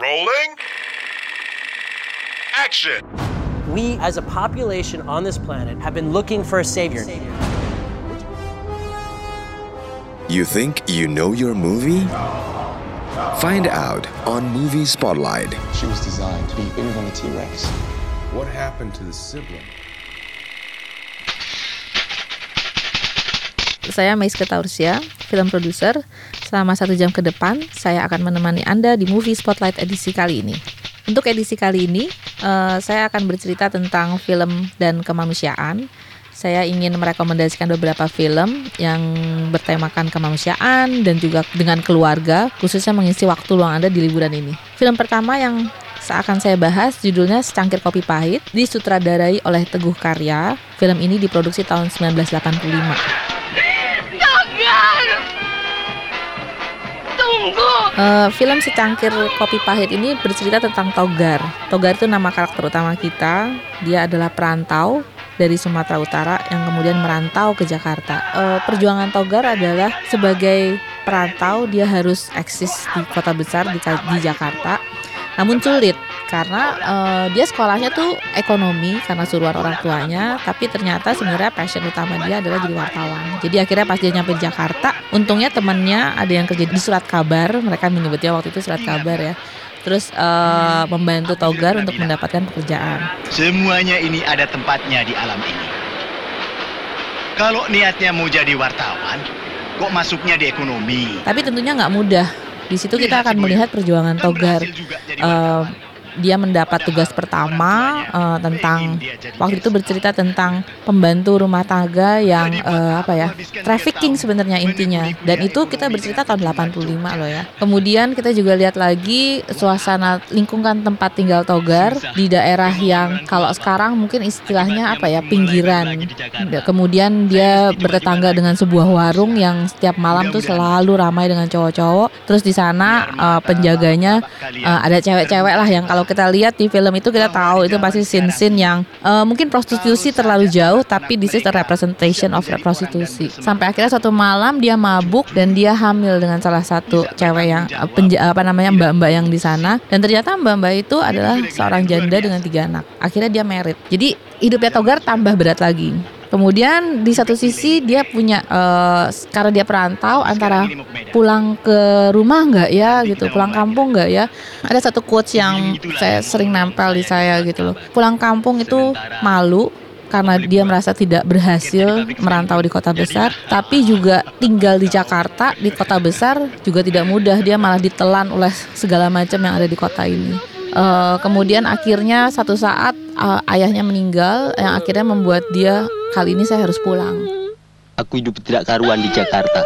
Rolling. Action. We, as a population on this planet, have been looking for a savior. You think you know your movie? Find out on Movie Spotlight. She was designed to be bigger than a T-Rex. What happened to the sibling? Saya Maiska Taursia, film produser. Selama 1 jam ke depan, saya akan menemani Anda di Movie Spotlight edisi kali ini. Untuk edisi kali ini, saya akan bercerita tentang film dan kemanusiaan. Saya ingin merekomendasikan beberapa film yang bertemakan kemanusiaan dan juga dengan keluarga, khususnya mengisi waktu luang Anda di liburan ini. Film pertama yang akan saya bahas judulnya Secangkir Kopi Pahit, disutradarai oleh Teguh Karya. Film ini diproduksi tahun 1985. Film Secangkir Kopi Pahit ini bercerita tentang Togar. Togar itu nama karakter utama kita. Dia adalah perantau dari Sumatera Utara yang kemudian merantau ke Jakarta. Perjuangan Togar adalah sebagai perantau dia harus eksis di kota besar di Jakarta. Namun sulit karena dia sekolahnya tuh ekonomi karena suruhan orang tuanya, tapi ternyata sebenarnya passion utama dia adalah jadi wartawan. Jadi akhirnya pas dia nyampe di Jakarta, untungnya temannya ada yang kerja di surat kabar, mereka menyebutnya waktu itu surat kabar ya. Terus membantu Togar untuk mendapatkan pekerjaan. Semuanya ini ada tempatnya di alam ini. Kalau niatnya mau jadi wartawan, kok masuknya di ekonomi? Tapi tentunya nggak mudah. Di situ kita akan melihat perjuangan Togar. Dia mendapat tugas pertama tentang waktu itu bercerita tentang pembantu rumah tangga yang trafficking sebenarnya intinya, dan itu kita bercerita tahun 85 loh ya. Kemudian kita juga lihat lagi suasana lingkungan tempat tinggal Togar di daerah yang kalau sekarang mungkin istilahnya pinggiran. Kemudian dia bertetangga dengan sebuah warung yang setiap malam tuh selalu ramai dengan cowok-cowok. Terus di sana penjaganya ada cewek-cewek lah yang kalau kita lihat di film itu kita tahu itu pasti scene-scene yang mungkin prostitusi terlalu jauh, tapi this is the representation of prostitusi. Sampai akhirnya suatu malam dia mabuk dan dia hamil dengan salah satu cewek yang mbak-mbak yang di sana, dan ternyata mbak-mbak itu adalah seorang janda dengan 3 anak. Akhirnya dia married. Jadi hidupnya Togar tambah berat lagi. Kemudian di satu sisi dia punya karena dia perantau antara pulang ke rumah nggak ya gitu, pulang kampung nggak ya. Ada satu quotes yang saya sering nempel di saya gitu loh. Pulang kampung itu malu karena dia merasa tidak berhasil merantau di kota besar, tapi juga tinggal di Jakarta di kota besar juga tidak mudah. Dia malah ditelan oleh segala macam yang ada di kota ini. Kemudian akhirnya satu saat ayahnya meninggal yang akhirnya membuat dia kali ini saya harus pulang. Aku hidup tidak karuan di Jakarta.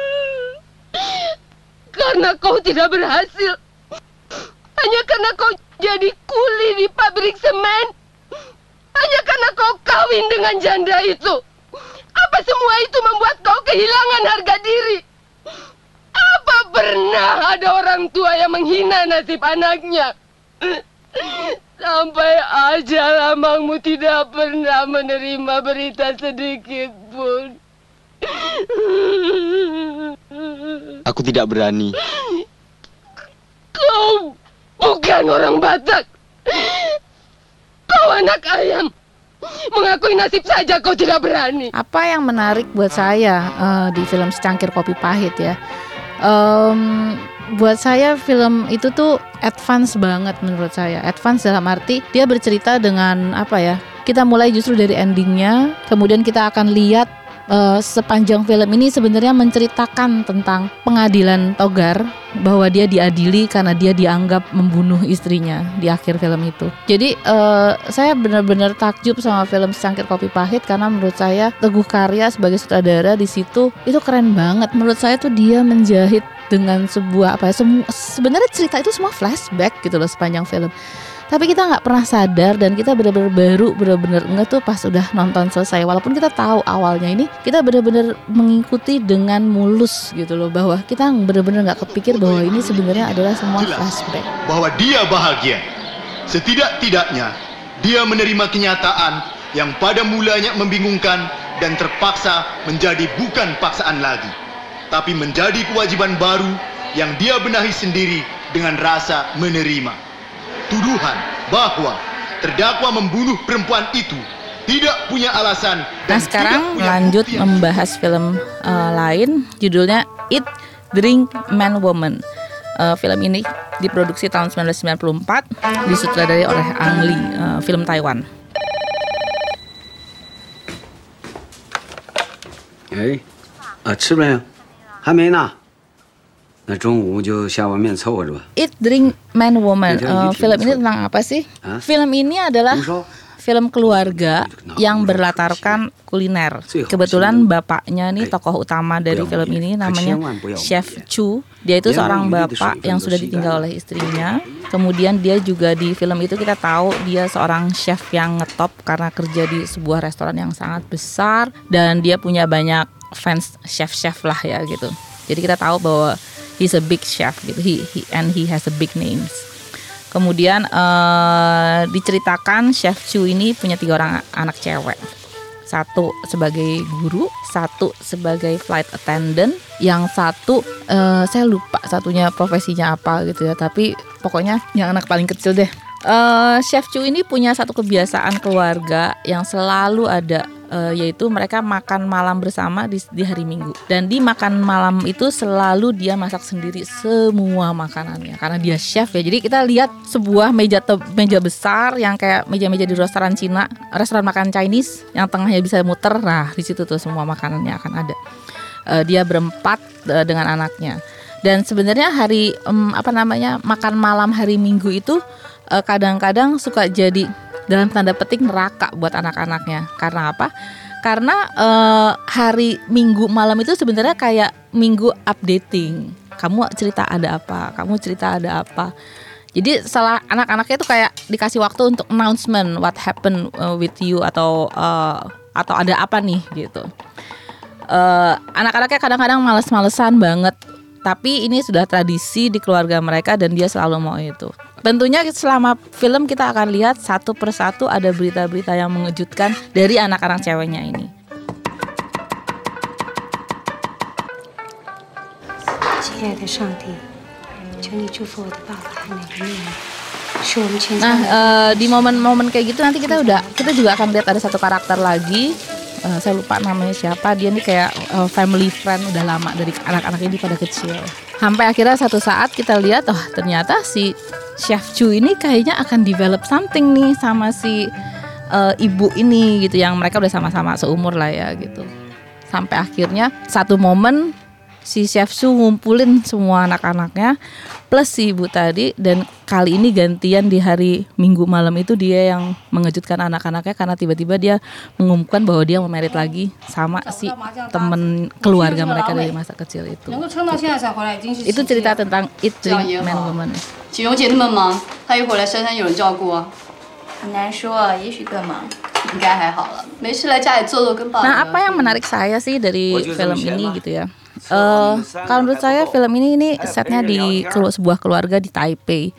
Karena kau tidak berhasil. Hanya karena kau jadi kuli di pabrik semen. Hanya karena kau kawin dengan janda itu. Apa semua itu membuat kau kehilangan harga diri? Apa pernah ada orang tua yang menghina nasib anaknya? Sampai aja lamangmu tidak pernah menerima berita sedikit pun. Aku tidak berani. Kau bukan orang Batak. Kau anak ayam. Mengakui nasib saja kau tidak berani. Apa yang menarik buat saya di film Secangkir Kopi Pahit ya? Buat saya film itu tuh advance banget menurut saya. Advance dalam arti dia bercerita dengan kita mulai justru dari endingnya, kemudian kita akan lihat sepanjang film ini sebenarnya menceritakan tentang pengadilan Togar, bahwa dia diadili karena dia dianggap membunuh istrinya di akhir film itu. Jadi saya benar-benar takjub sama film Secangkir Kopi Pahit karena menurut saya Teguh Karya sebagai sutradara di situ itu keren banget. Menurut saya tuh dia menjahit dengan sebuah sebenarnya cerita itu semua flashback gitu loh sepanjang film. Tapi kita nggak pernah sadar dan kita benar-benar nggak tuh pas udah nonton selesai. Walaupun kita tahu awalnya ini kita benar-benar mengikuti dengan mulus gitu loh, bahwa kita benar-benar nggak kepikir bahwa ini sebenarnya adalah semua flashback. Bahwa dia bahagia. Setidak-tidaknya dia menerima kenyataan yang pada mulanya membingungkan dan terpaksa menjadi bukan paksaan lagi, tapi menjadi kewajiban baru yang dia benahi sendiri dengan rasa menerima. Tuduhan bahwa terdakwa membunuh perempuan itu tidak punya alasan. Nah sekarang lanjut membahas film lain, judulnya Eat, Drink, Man, Woman. Film ini diproduksi tahun 1994, disutradarai oleh Ang Lee, film Taiwan. 吃没有？还没呢。那中午就下碗面凑合着吧。 Eat, Drink, Man, Woman. Film ini tentang apa sih? Film ini adalah film keluarga yang berlatarkan kuliner. Kebetulan bapaknya nih tokoh utama dari film ini namanya Chef Chu. Dia itu seorang bapak yang sudah ditinggal oleh istrinya. Kemudian dia juga di film itu kita tahu dia seorang chef yang ngetop karena kerja di sebuah restoran yang sangat besar dan dia punya banyak fans chef-chef lah ya gitu. Jadi kita tahu bahwa he's a big chef gitu. He has a big names. Kemudian diceritakan Chef Chu ini punya 3 orang anak cewek. 1 sebagai guru, 1 sebagai flight attendant, yang 1 saya lupa satunya profesinya apa gitu ya. Tapi pokoknya yang anak paling kecil deh. Chef Chu ini punya satu kebiasaan keluarga yang selalu ada, yaitu mereka makan malam bersama di hari Minggu. Dan di makan malam itu selalu dia masak sendiri semua makanannya karena dia chef ya. Jadi kita lihat sebuah meja besar yang kayak meja-meja di restoran Cina, restoran makan Chinese yang tengahnya bisa muter. Nah di situ tuh semua makanannya akan ada. Dia berempat dengan anaknya. Dan sebenarnya makan malam hari Minggu itu kadang-kadang suka jadi dalam tanda petik neraka buat anak-anaknya. Karena apa? Karena hari Minggu malam itu sebenarnya kayak minggu updating. Kamu cerita ada apa? Kamu cerita ada apa? Jadi setelah anak-anaknya itu kayak dikasih waktu untuk announcement what happened with you atau ada apa nih gitu. Anak-anaknya kadang-kadang males-malesan banget. Tapi ini sudah tradisi di keluarga mereka dan dia selalu mau itu. Tentunya selama film kita akan lihat satu persatu ada berita-berita yang mengejutkan dari anak-anak ceweknya ini. Nah, di momen-momen kayak gitu nanti kita juga akan lihat ada satu karakter lagi. Saya lupa namanya siapa. Dia nih kayak family friend udah lama dari anak-anak ini pada kecil. Sampai akhirnya satu saat kita lihat, ternyata si Chef Chu ini kayaknya akan develop something nih sama si ibu ini gitu, yang mereka udah sama-sama seumur lah ya gitu. Sampai akhirnya satu momen si Chef Chu ngumpulin semua anak-anaknya plus si ibu tadi, dan kali ini gantian di hari Minggu malam itu dia yang mengejutkan anak-anaknya karena tiba-tiba dia mengumumkan bahwa dia mau married lagi sama si temen keluarga mereka dari masa kecil itu. Itu cerita tentang Eat, Drink, Man, Woman. 锦荣姐那么忙，她一会儿来珊珊有人照顾啊。很难说，也许更忙。应该还好了，没事来家里坐坐跟爸。 Nah, apa yang menarik saya sih dari film ini gitu ya? Kalau menurut saya film ini setnya di sebuah keluarga di Taipei.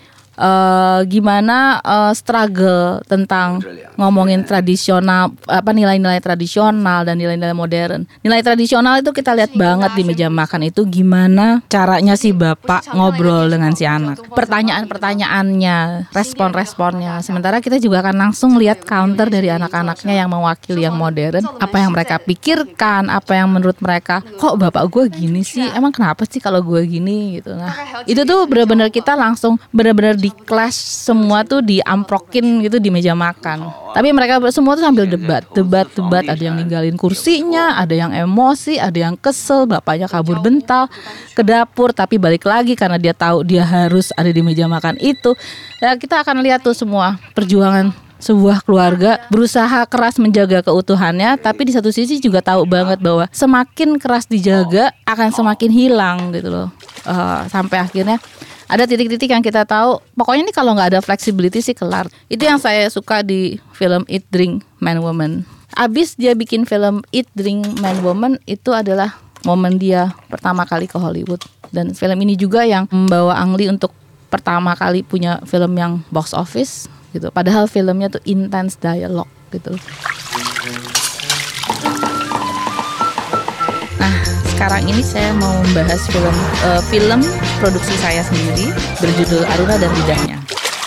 Gimana struggle tentang ngomongin tradisional, nilai-nilai tradisional dan nilai-nilai modern. Nilai tradisional itu kita lihat banget di meja makan itu gimana caranya si bapak ngobrol dengan si anak. Pertanyaan-pertanyaannya, respon-responnya. Sementara kita juga akan langsung lihat counter dari anak-anaknya yang mewakili yang modern. Apa yang mereka pikirkan, apa yang menurut mereka, kok bapak gue gini sih? Emang kenapa sih kalau gue gini gitu. Nah, itu tuh benar-benar kita langsung benar-benar di clash semua tuh diamprokin gitu di meja makan. Tapi mereka semua tuh sambil debat. Ada yang ninggalin kursinya, ada yang emosi, ada yang kesel, bapaknya kabur bental ke dapur tapi balik lagi karena dia tahu dia harus ada di meja makan itu. Ya, kita akan lihat tuh semua perjuangan sebuah keluarga berusaha keras menjaga keutuhannya, tapi di satu sisi juga tahu banget bahwa semakin keras dijaga akan semakin hilang gitu loh. Sampai akhirnya ada titik-titik yang kita tahu, pokoknya ini kalau nggak ada flexibility sih kelar. Itu yang saya suka di film Eat, Drink, Man, Woman. Abis dia bikin film Eat, Drink, Man, Woman, itu adalah momen dia pertama kali ke Hollywood. Dan film ini juga yang membawa Ang Lee untuk pertama kali punya film yang box office gitu. Padahal filmnya tuh intense dialogue gitu. Nah, sekarang ini saya mau membahas film produksi saya sendiri berjudul Aruna dan Lidahnya.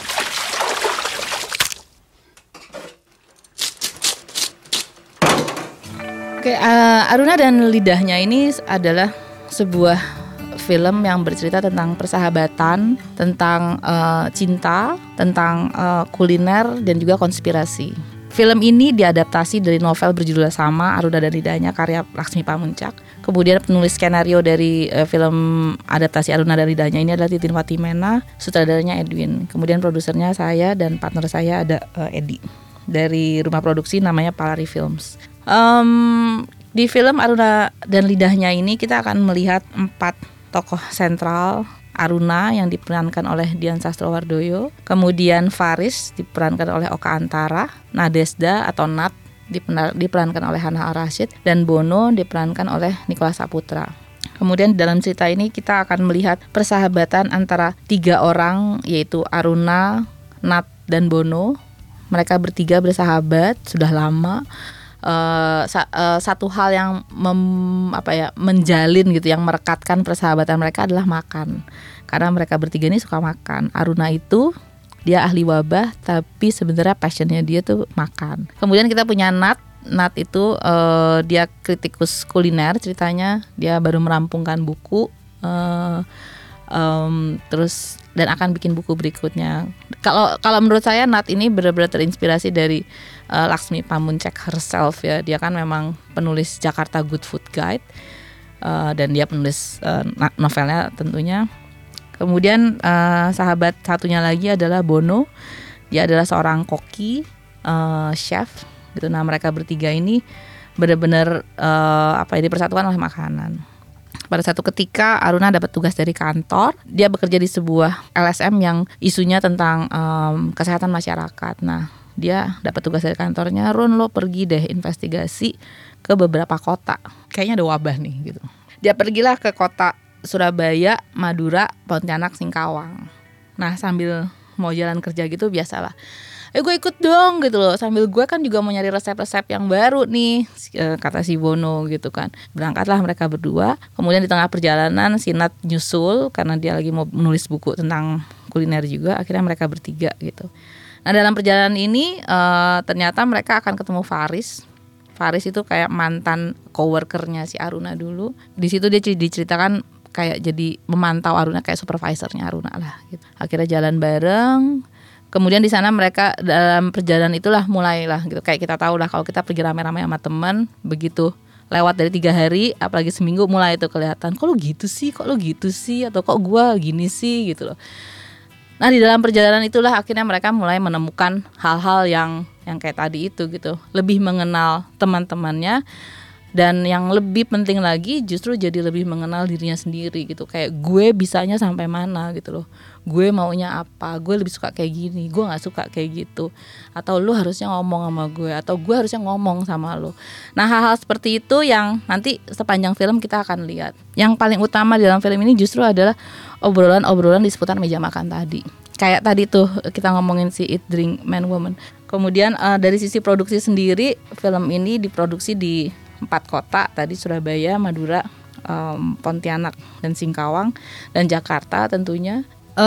Oke, Aruna dan Lidahnya ini adalah sebuah film yang bercerita tentang persahabatan, tentang cinta, tentang kuliner dan juga konspirasi. Film ini diadaptasi dari novel berjudul sama, Aruna dan Lidahnya, karya Laksmi Pamuntjak. Kemudian penulis skenario dari film adaptasi Aruna dan Lidahnya ini adalah Titin Watimena, sutradaranya Edwin. Kemudian produsernya saya dan partner saya ada Edi. Dari rumah produksi namanya Palari Films. Di film Aruna dan Lidahnya ini kita akan melihat 4 tokoh sentral. Aruna yang diperankan oleh Dian Sastrowardoyo, kemudian Faris diperankan oleh Oka Antara, Nadesda atau Nat diperankan oleh Hana Ar-Rashid, dan Bono diperankan oleh Nicholas Saputra. Kemudian dalam cerita ini kita akan melihat persahabatan antara 3 orang, yaitu Aruna, Nat, dan Bono. Mereka bertiga bersahabat sudah lama. Satu hal yang menjalin gitu, yang merekatkan persahabatan mereka adalah makan. Karena mereka bertiga ini suka makan. Aruna itu dia ahli wabah, tapi sebenarnya passionnya dia tuh makan. Kemudian kita punya Nat. Nat itu dia kritikus kuliner ceritanya. Dia baru merampungkan buku. Terus dan akan bikin buku berikutnya. Kalau menurut saya Nat ini benar-benar terinspirasi dari Laksmi Pamuntjak herself ya. Dia kan memang penulis Jakarta Good Food Guide dan dia penulis novelnya tentunya. Kemudian sahabat satunya lagi adalah Bono. Dia adalah seorang koki, chef gitu. Nah, mereka bertiga ini benar-benar dipersatukan oleh makanan. Pada satu ketika Aruna dapat tugas dari kantor. Dia bekerja di sebuah LSM yang isunya tentang kesehatan masyarakat. Nah, dia dapat tugas dari kantornya, Run, lo pergi deh investigasi ke beberapa kota. Kayaknya ada wabah nih gitu. Dia pergilah ke kota Surabaya, Madura, Pontianak, Singkawang. Nah, sambil mau jalan kerja gitu biasalah, gue ikut dong gitu loh. Sambil gue kan juga mau nyari resep-resep yang baru nih, kata si Bono gitu kan. Berangkatlah mereka berdua. Kemudian di tengah perjalanan si Nat nyusul karena dia lagi mau menulis buku tentang kuliner juga. Akhirnya mereka bertiga gitu. Nah, dalam perjalanan ini ternyata mereka akan ketemu Faris. Faris itu kayak mantan coworkernya si Aruna dulu. Di situ dia diceritakan kayak jadi memantau Aruna, kayak supervisornya Aruna lah gitu. Akhirnya jalan bareng. Kemudian di sana mereka dalam perjalanan itulah mulailah gitu. Kayak kita tahu lah kalau kita pergi rame-rame sama teman, begitu lewat dari 3 hari apalagi seminggu mulai itu kelihatan, kok lo gitu sih atau kok gua gini sih gitu loh. Nah, di dalam perjalanan itulah akhirnya mereka mulai menemukan hal-hal yang kayak tadi itu gitu. Lebih mengenal teman-temannya. Dan yang lebih penting lagi justru jadi lebih mengenal dirinya sendiri gitu. Kayak gue bisanya sampai mana gitu loh. Gue maunya apa, gue lebih suka kayak gini, gue gak suka kayak gitu. Atau lu harusnya ngomong sama gue, atau gue harusnya ngomong sama lu. Nah, hal-hal seperti itu yang nanti sepanjang film kita akan lihat. Yang paling utama di dalam film ini justru adalah obrolan-obrolan di seputar meja makan tadi. Kayak tadi tuh kita ngomongin si Eat, Drink, Man, Woman. Kemudian dari sisi produksi sendiri, film ini diproduksi di 4 kota tadi, Surabaya, Madura, Pontianak dan Singkawang, dan Jakarta tentunya.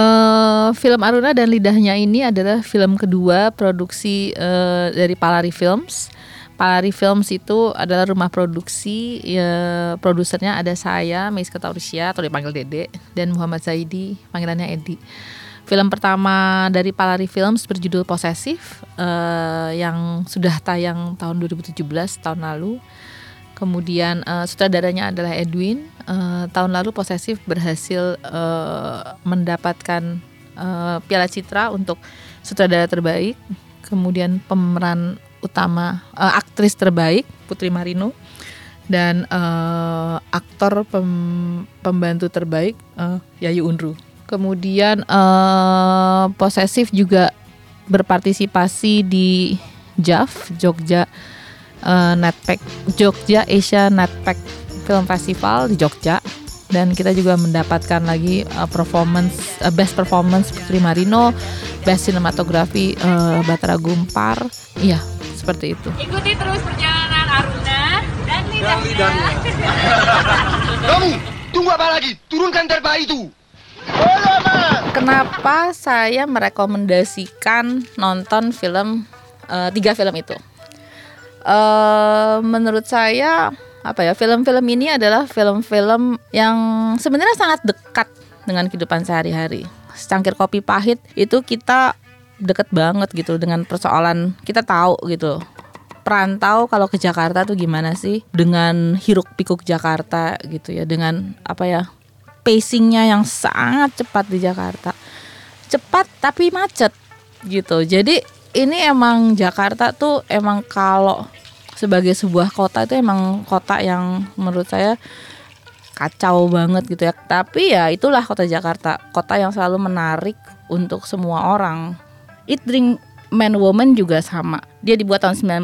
Film Aruna dan Lidahnya ini adalah film kedua produksi dari Palari Films. Palari Films itu adalah rumah produksi, produsernya ada saya, Meiska Taurisia atau dipanggil Dede, dan Muhammad Zaidi, panggilannya Edi. Film pertama dari Palari Films berjudul Posesif, yang sudah tayang tahun 2017, tahun lalu. Kemudian sutradaranya adalah Edwin. Tahun lalu Posesif berhasil mendapatkan Piala Citra untuk sutradara terbaik. Kemudian pemeran utama, aktris terbaik Putri Marino. Dan aktor pembantu terbaik Yayu Unru. Kemudian Posesif juga berpartisipasi di JAF, Jogja Jogja Asia Netpack Film Festival di Jogja, dan kita juga mendapatkan lagi best performance Putri Marino, best cinematography Batara Gumpar. Iya, seperti itu. Ikuti terus perjalanan Aruna dan Lidahnya. Kamu, tunggu apa lagi? Turunkan terpa itu. Kenapa saya merekomendasikan nonton film 3 film itu? Menurut saya film-film ini adalah film-film yang sebenarnya sangat dekat dengan kehidupan sehari-hari. Secangkir kopi pahit itu kita deket banget gitu dengan persoalan, kita tahu gitu. Perantau kalau ke Jakarta tuh gimana sih dengan hiruk pikuk Jakarta gitu ya, dengan pacingnya yang sangat cepat di Jakarta, cepat tapi macet gitu. Jadi ini emang Jakarta tuh emang kalau sebagai sebuah kota itu emang kota yang menurut saya kacau banget gitu ya. Tapi ya itulah kota Jakarta, kota yang selalu menarik untuk semua orang. Eat, Drink, Man, Woman juga sama. Dia dibuat tahun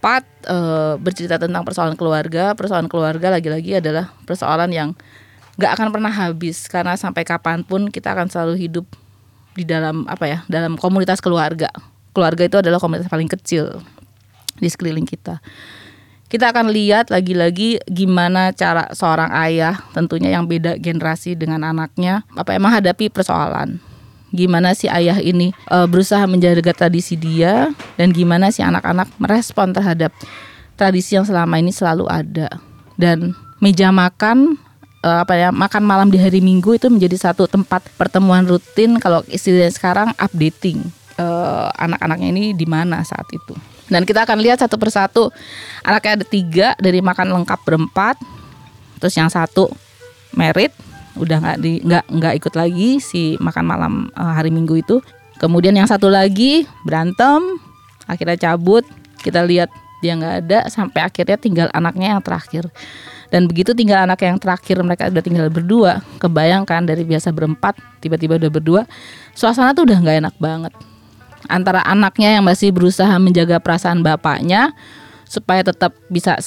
94, bercerita tentang persoalan keluarga. Persoalan keluarga lagi-lagi adalah persoalan yang gak akan pernah habis, karena sampai kapanpun kita akan selalu hidup di dalam dalam komunitas keluarga. Keluarga itu adalah komunitas paling kecil di sekeliling kita. Kita akan lihat lagi-lagi gimana cara seorang ayah tentunya yang beda generasi dengan anaknya menghadapi persoalan. Gimana si ayah ini berusaha menjaga tradisi dia, dan gimana si anak-anak merespon terhadap tradisi yang selama ini selalu ada. Dan meja makan makan malam di hari Minggu itu menjadi satu tempat pertemuan rutin, kalau istilahnya sekarang updating anak-anaknya ini di mana saat itu. Dan kita akan lihat satu persatu, anaknya ada 3 dari makan lengkap berempat, terus yang satu married, udah nggak ikut lagi si makan malam hari Minggu itu. Kemudian yang satu lagi berantem, akhirnya cabut, kita lihat dia nggak ada, sampai akhirnya tinggal anaknya yang terakhir. Dan begitu tinggal anak yang terakhir, mereka udah tinggal berdua. Kebayangkan dari biasa berempat, tiba-tiba udah berdua, suasana tuh udah nggak enak banget. Antara anaknya yang masih berusaha menjaga perasaan bapaknya supaya tetap bisa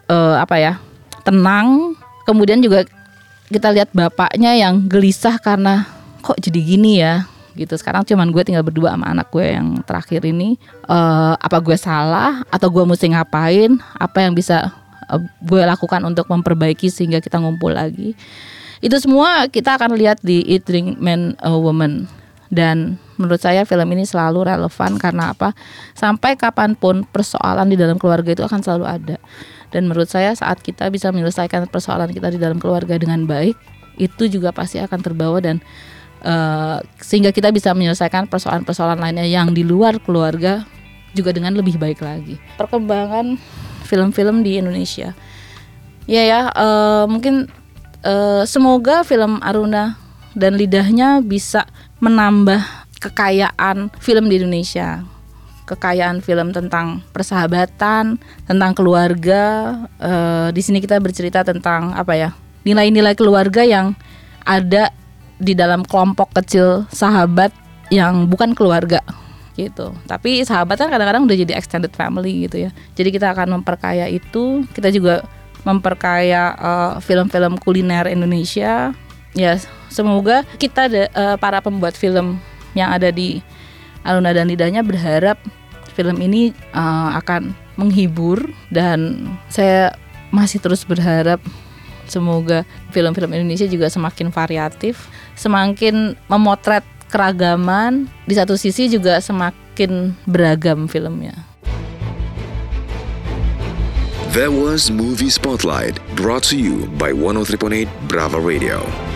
tenang. Kemudian juga kita lihat bapaknya yang gelisah karena kok jadi gini ya gitu. Sekarang cuman gue tinggal berdua sama anak gue yang terakhir ini. Apa gue salah atau gue mesti ngapain? Apa yang bisa gue lakukan untuk memperbaiki sehingga kita ngumpul lagi? Itu semua kita akan lihat di Eat, Drink, Man, Woman. Dan menurut saya film ini selalu relevan karena apa? Sampai kapanpun persoalan di dalam keluarga itu akan selalu ada. Dan menurut saya saat kita bisa menyelesaikan persoalan kita di dalam keluarga dengan baik, itu juga pasti akan terbawa dan sehingga kita bisa menyelesaikan persoalan-persoalan lainnya yang di luar keluarga juga dengan lebih baik lagi. Perkembangan film-film di Indonesia, mungkin semoga film Aruna dan Lidahnya bisa menambah kekayaan film di Indonesia. Kekayaan film tentang persahabatan, tentang keluarga. Di sini kita bercerita tentang nilai-nilai keluarga yang ada di dalam kelompok kecil sahabat yang bukan keluarga gitu. Tapi sahabat kan kadang-kadang udah jadi extended family gitu ya. Jadi kita akan memperkaya itu. Kita juga memperkaya film-film kuliner Indonesia. Ya, semoga kita para pembuat film yang ada di Aruna dan Lidahnya berharap film ini akan menghibur, dan saya masih terus berharap semoga film-film Indonesia juga semakin variatif, semakin memotret keragaman, di satu sisi juga semakin beragam filmnya. That was Movie Spotlight, brought to you by 103.8 Brava Radio.